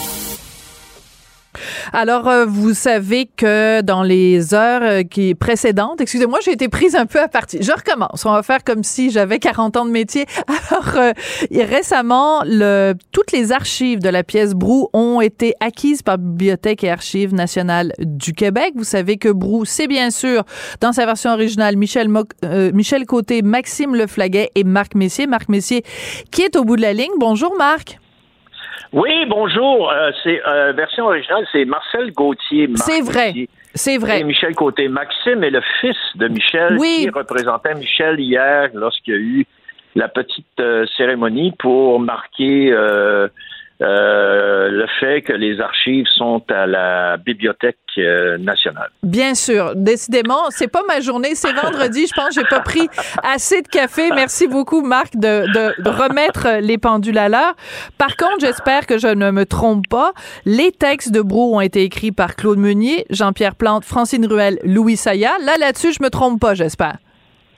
Alors, euh, vous savez que dans les heures euh, qui précédentes, excusez-moi, j'ai été prise un peu à partie. Je recommence. On va faire comme si j'avais quarante ans de métier. Alors, euh, récemment, le, toutes les archives de la pièce Brou ont été acquises par Bibliothèque et Archives nationales du Québec. Vous savez que Brou, c'est bien sûr, dans sa version originale, Michel, Mo- euh, Michel Côté, Maxime Leflaguet et Marc Messier. Marc Messier qui est au bout de la ligne. Bonjour, Marc. Oui, bonjour. Euh, c'est euh, version originale, c'est Marcel Gauthier. Marc c'est vrai. Gauthier. C'est vrai. Et Michel Côté. Maxime est le fils de Michel oui. qui représentait Michel hier lorsqu'il y a eu la petite euh, cérémonie pour marquer euh, euh, le fait que les archives sont à la Bibliothèque euh, nationale. Bien sûr. Décidément, c'est pas ma journée, c'est vendredi. Je pense que j'ai pas pris assez de café. Merci beaucoup, Marc, de, de, de remettre les pendules à l'heure. Par contre, j'espère que je ne me trompe pas. Les textes de Brou ont été écrits par Claude Meunier, Jean-Pierre Plante, Francine Ruel, Louis Saya. Là, là-dessus, je me trompe pas, j'espère.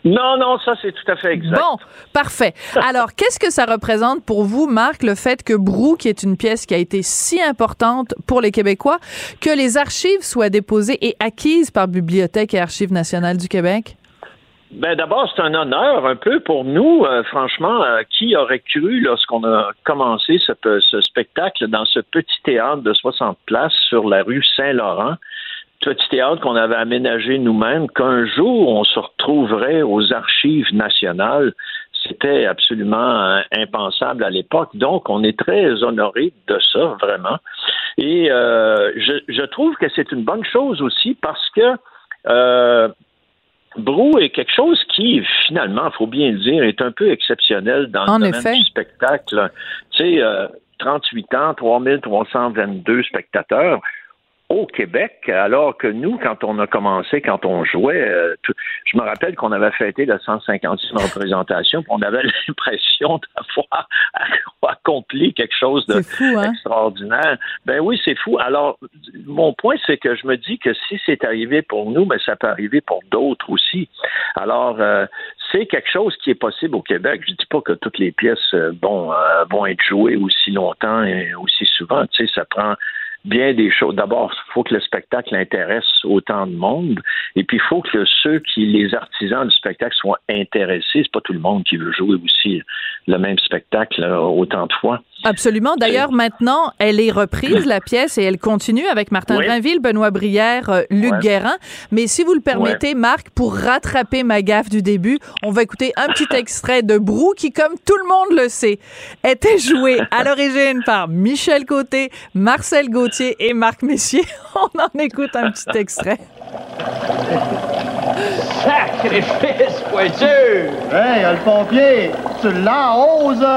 Non, non, ça, c'est tout à fait exact. Bon, parfait. Alors, qu'est-ce que ça représente pour vous, Marc, le fait que Brou, qui est une pièce qui a été si importante pour les Québécois, que les archives soient déposées et acquises par Bibliothèque et Archives nationales du Québec? Ben d'abord, c'est un honneur un peu pour nous. Euh, franchement, euh, qui aurait cru lorsqu'on a commencé ce, ce spectacle dans ce petit théâtre de soixante places sur la rue Saint-Laurent, petit théâtre qu'on avait aménagé nous-mêmes, qu'un jour on se retrouverait aux Archives nationales. C'était absolument euh, impensable à l'époque. Donc, on est très honorés de ça, vraiment. Et euh, je, je trouve que c'est une bonne chose aussi parce que euh, Brou est quelque chose qui, finalement, il faut bien le dire, est un peu exceptionnel dans en le effet. domaine du spectacle. Tu sais, euh, trente-huit ans, trois mille trois cent vingt-deux spectateurs au Québec, alors que nous, quand on a commencé, quand on jouait, euh, tout, je me rappelle qu'on avait fêté la cent cinquantième représentation, puis on avait l'impression d'avoir accompli quelque chose de fou, hein? extraordinaire. Ben oui, c'est fou. Alors, mon point, c'est que je me dis que si c'est arrivé pour nous, ben ça peut arriver pour d'autres aussi. Alors, euh, c'est quelque chose qui est possible au Québec. Je dis pas que toutes les pièces, euh, bon, euh, vont être jouées aussi longtemps et aussi souvent. Tu sais, ça prend bien des choses. D'abord, il faut que le spectacle intéresse autant de monde, et puis il faut que ceux qui, les artisans du spectacle soient intéressés. C'est pas tout le monde qui veut jouer aussi le même spectacle là, autant de fois. Absolument. D'ailleurs, maintenant, elle est reprise, la pièce, et elle continue avec Martin oui. Drainville, Benoît Brière, euh, Luc ouais. Guérin. Mais si vous le permettez, ouais. Marc, pour rattraper ma gaffe du début, on va écouter un petit extrait de Brou qui, comme tout le monde le sait, était joué à l'origine par Michel Côté, Marcel Gauthier et Marc Messier. On en écoute un petit extrait. Sacrifice, pointure! Hey, le pompier, tu l'enroses!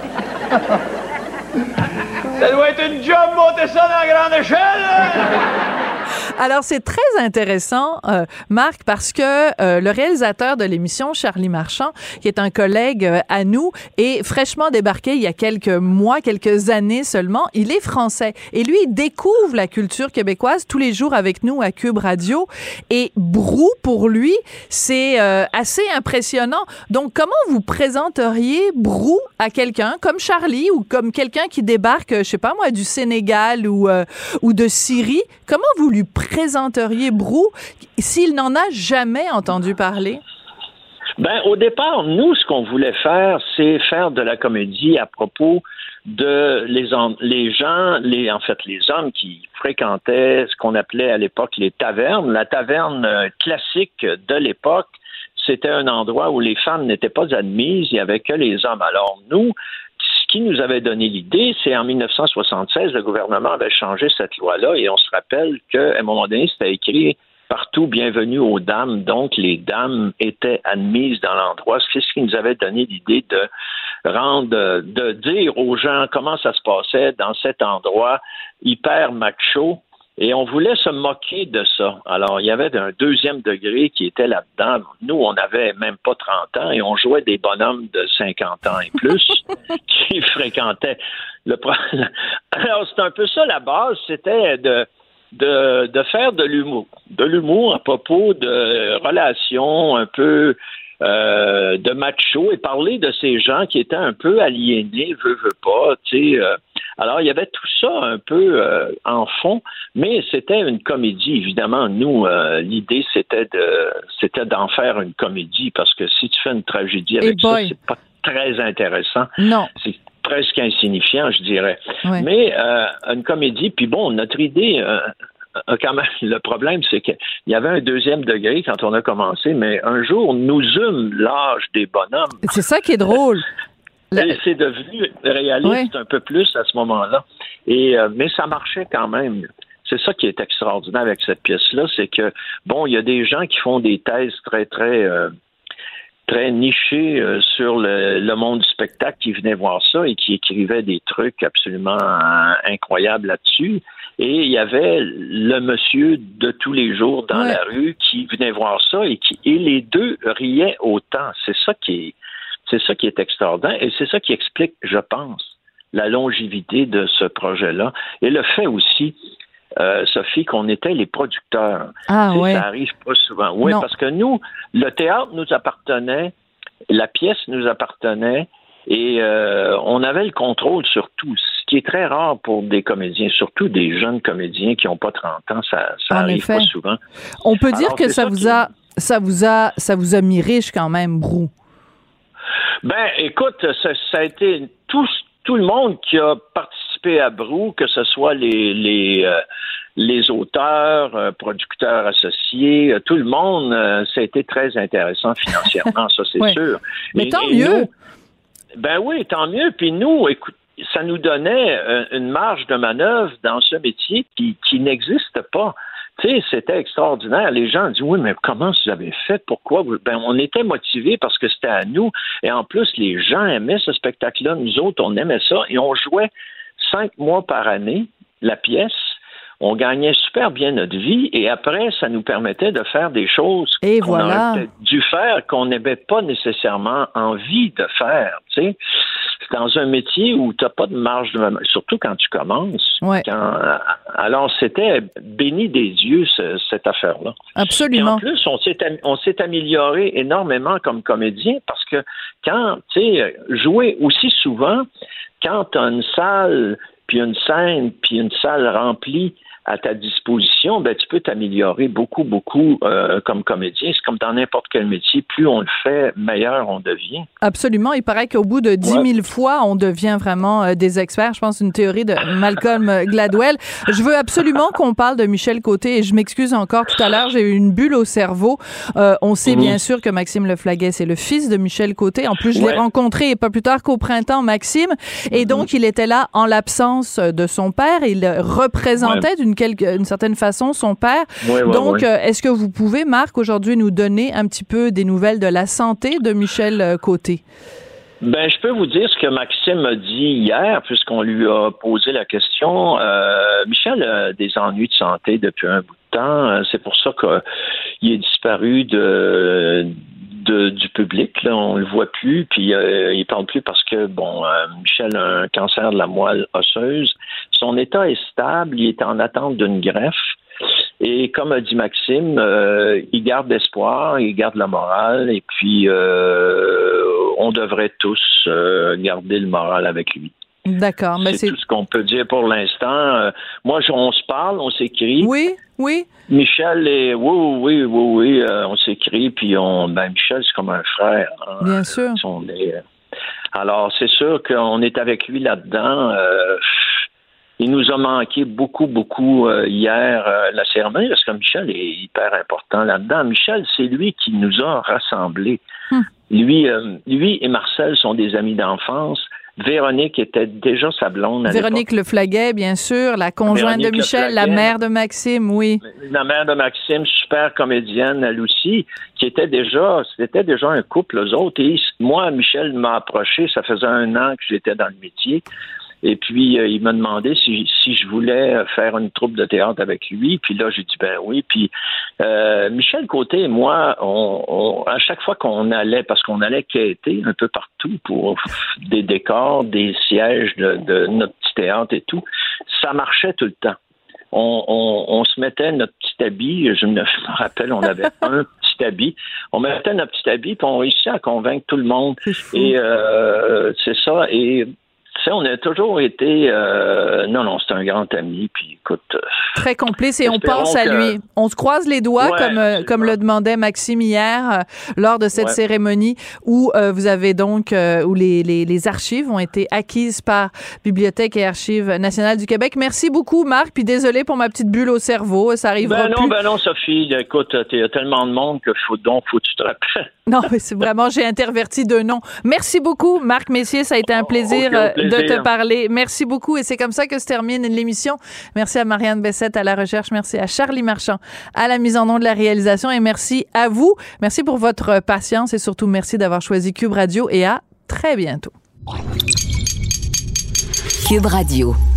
Ça doit être une job monter ça dans la grande échelle! Alors, c'est très intéressant, euh, Marc, parce que euh, le réalisateur de l'émission, Charlie Marchand, qui est un collègue euh, à nous, est fraîchement débarqué il y a quelques mois, quelques années seulement. Il est français. Et lui, il découvre la culture québécoise tous les jours avec nous à Cube Radio. Et Brou, pour lui, c'est euh, assez impressionnant. Donc, comment vous présenteriez Brou à quelqu'un comme Charlie ou comme quelqu'un qui débarque, je sais pas moi, du Sénégal ou, euh, ou de Syrie? Comment vous lui présenteriez Brou s'il n'en a jamais entendu parler? Ben, au départ, nous, ce qu'on voulait faire, c'est faire de la comédie à propos de les, les gens, les, en fait, les hommes qui fréquentaient ce qu'on appelait à l'époque les tavernes. La taverne euh, classique de l'époque, c'était un endroit où les femmes n'étaient pas admises, il n'y avait que les hommes. Alors, nous, ce qui nous avait donné l'idée, c'est en dix-neuf cent soixante-seize, le gouvernement avait changé cette loi-là et on se rappelle qu'à un moment donné, c'était écrit partout « Bienvenue aux dames », donc les dames étaient admises dans l'endroit. C'est ce qui nous avait donné l'idée de rendre, de dire aux gens comment ça se passait dans cet endroit hyper macho. Et on voulait se moquer de ça. Alors, il y avait un deuxième degré qui était là-dedans. Nous, on n'avait même pas trente ans et on jouait des bonhommes de cinquante ans et plus qui fréquentaient le... Alors, c'est un peu ça la base, c'était de, de, de faire de l'humour. De l'humour à propos de relations un peu... Euh, de macho et parler de ces gens qui étaient un peu aliénés, veut, veut pas, tu sais. Euh, alors, il y avait tout ça un peu euh, en fond, mais c'était une comédie. Évidemment, nous, euh, l'idée, c'était de c'était d'en faire une comédie, parce que si tu fais une tragédie avec ça, c'est pas très intéressant. Non. C'est presque insignifiant, je dirais. Ouais. Mais euh, une comédie, puis bon, notre idée... Euh, Quand même, le problème, c'est qu'il y avait un deuxième degré quand on a commencé, mais un jour, nous eûmes l'âge des bonhommes. C'est ça qui est drôle. Et c'est devenu réaliste oui. un peu plus à ce moment-là. Et euh, mais ça marchait quand même. C'est ça qui est extraordinaire avec cette pièce-là, c'est que, bon, il y a des gens qui font des thèses très, très... Euh, très nichés euh, sur le, le monde du spectacle, qui venaient voir ça et qui écrivaient des trucs absolument euh, incroyables là-dessus. Et il y avait le monsieur de tous les jours dans ouais. la rue qui venait voir ça et qui et les deux riaient autant. C'est ça qui est, c'est ça qui est extraordinaire et c'est ça qui explique, je pense, la longévité de ce projet-là et le fait aussi euh, Sophie, qu'on était les producteurs. Ah, tu sais, ouais. Ça arrive pas souvent. Oui, Non. parce que nous, le théâtre nous appartenait, la pièce nous appartenait, et euh, on avait le contrôle sur tout, ce qui est très rare pour des comédiens, surtout des jeunes comédiens qui n'ont pas trente ans, ça, ça En arrive effet. pas souvent. On peut dire Alors, que c'est ça ça vous qui- a, ça vous a, ça vous a mis riche quand même, Brou. Ben, écoute, ça, ça a été tout, tout le monde qui a participé à Brou, que ce soit les les euh, les auteurs, euh, producteurs associés, euh, tout le monde, euh, ça a été très intéressant financièrement, ça c'est Ouais. sûr. Mais Et- tant et mieux. nous- ben oui, tant mieux. Puis nous, écoute, ça nous donnait euh, une marge de manœuvre dans ce métier qui, qui n'existe pas. Tu sais, c'était extraordinaire. Les gens disent, oui, mais comment vous avez fait? Pourquoi? vous- Ben, on était motivés parce que c'était à nous. Et en plus, les gens aimaient ce spectacle-là. Nous autres, on aimait ça. Et on jouait cinq mois par année la pièce. On gagnait super bien notre vie. Et après, ça nous permettait de faire des choses Et qu'on voilà. aurait peut-être dû faire, qu'on n'avait pas nécessairement envie de faire. Tu sais, c'est dans un métier où tu n'as pas de marge de manœuvre, surtout quand tu commences. Ouais. Quand, alors, c'était béni des dieux, ce- cette affaire-là. Et Absolument. en plus, on s'est, am- on s'est amélioré énormément comme comédien parce que quand, tu sais, jouer aussi souvent, quand tu as une salle, puis une scène, puis une salle remplie à ta disposition, ben tu peux t'améliorer beaucoup, beaucoup euh, comme comédien. C'est comme dans n'importe quel métier. Plus on le fait, meilleur on devient. Absolument. Il paraît qu'au bout de dix mille fois, on devient vraiment euh, des experts. Je pense une théorie de Malcolm Gladwell. Je veux absolument qu'on parle de Michel Côté et je m'excuse encore tout à l'heure, j'ai eu une bulle au cerveau. Euh, on sait Mhm. bien sûr que Maxime Leflaguet, c'est le fils de Michel Côté. En plus, je l'ai Ouais. rencontré et pas plus tard qu'au printemps, Maxime. Et donc, il était là en l'absence de son père. Il représentait Ouais. d'une quelque, d'une certaine façon son père. Ouais, ouais, donc, ouais. euh, est-ce que vous pouvez, Marc, aujourd'hui nous donner un petit peu des nouvelles de la santé de Michel euh, Côté? Ben, je peux vous dire ce que Maxime a dit hier, puisqu'on lui a posé la question. Euh, Michel a des ennuis de santé depuis un bout de temps. Euh, C'est pour ça qu'il est disparu de, de du public. Là. On le voit plus, puis euh, il parle plus parce que, bon, euh, Michel a un cancer de la moelle osseuse. Son état est stable. Il est en attente d'une greffe. Et comme a dit Maxime, euh, il garde l'espoir, il garde la morale, et puis euh, on devrait tous euh, garder le moral avec lui. D'accord. Mais c'est, c'est tout ce qu'on peut dire pour l'instant. Euh, moi, je, on se parle, on s'écrit. Oui, oui. Michel est, oui, oui, oui, oui, oui, euh, on s'écrit, puis on, ben Michel, c'est comme un frère. Hein, Bien sûr. On est, alors, c'est sûr qu'on est avec lui là-dedans. Euh, Il nous a manqué beaucoup, beaucoup euh, hier, euh, la cérémonie, parce que Michel est hyper important là-dedans. Michel, c'est lui qui nous a rassemblés. Hum. Lui, euh, lui et Marcel sont des amis d'enfance. Véronique était déjà sa blonde à Véronique Leflaguet, bien sûr, la conjointe Véronique de Michel, la Leflaguet. mère de Maxime, oui. l'époque. La mère de Maxime, super comédienne, elle aussi, qui était déjà, c'était déjà un couple, eux autres. Et moi, Michel m'a approché, ça faisait un an que j'étais dans le métier. Et puis, euh, il m'a demandé si, si je voulais faire une troupe de théâtre avec lui. Puis là, j'ai dit ben oui. Puis euh, Michel Côté et moi, on, on, à chaque fois qu'on allait, parce qu'on allait quêter un peu partout pour des décors, des sièges de, de notre petit théâtre et tout, ça marchait tout le temps. On, on, on se mettait notre petit habit. Je me, je me rappelle, on avait un petit habit. On mettait notre petit habit, puis on réussissait à convaincre tout le monde. Et euh, c'est ça. Et tu sais, on a toujours été... Euh, non, non, c'est un grand ami, puis écoute... Euh, Très complice, et on espérons pense à que- lui. On se croise les doigts, Ouais, comme, euh, comme le demandait Maxime hier, euh, lors de cette Ouais. cérémonie, où euh, vous avez donc... euh, où les, les, les archives ont été acquises par Bibliothèque et Archives nationales du Québec. Merci beaucoup, Marc, puis désolé pour ma petite bulle au cerveau, ça arrivera Ben non, plus. ben non, Sophie, écoute, il y a tellement de monde que faut, donc faut que tu te rappelles. Non, mais c'est vraiment, j'ai interverti deux noms. Merci beaucoup, Marc Messier. Ça a été un plaisir, Ok, au euh, plaisir. de te parler. Merci beaucoup. Et c'est comme ça que se termine l'émission. Merci à Marianne Bessette à la recherche. Merci à Charlie Marchand à la mise en onde de la réalisation. Et merci à vous. Merci pour votre patience et surtout merci d'avoir choisi Cube Radio et à très bientôt. Cube Radio.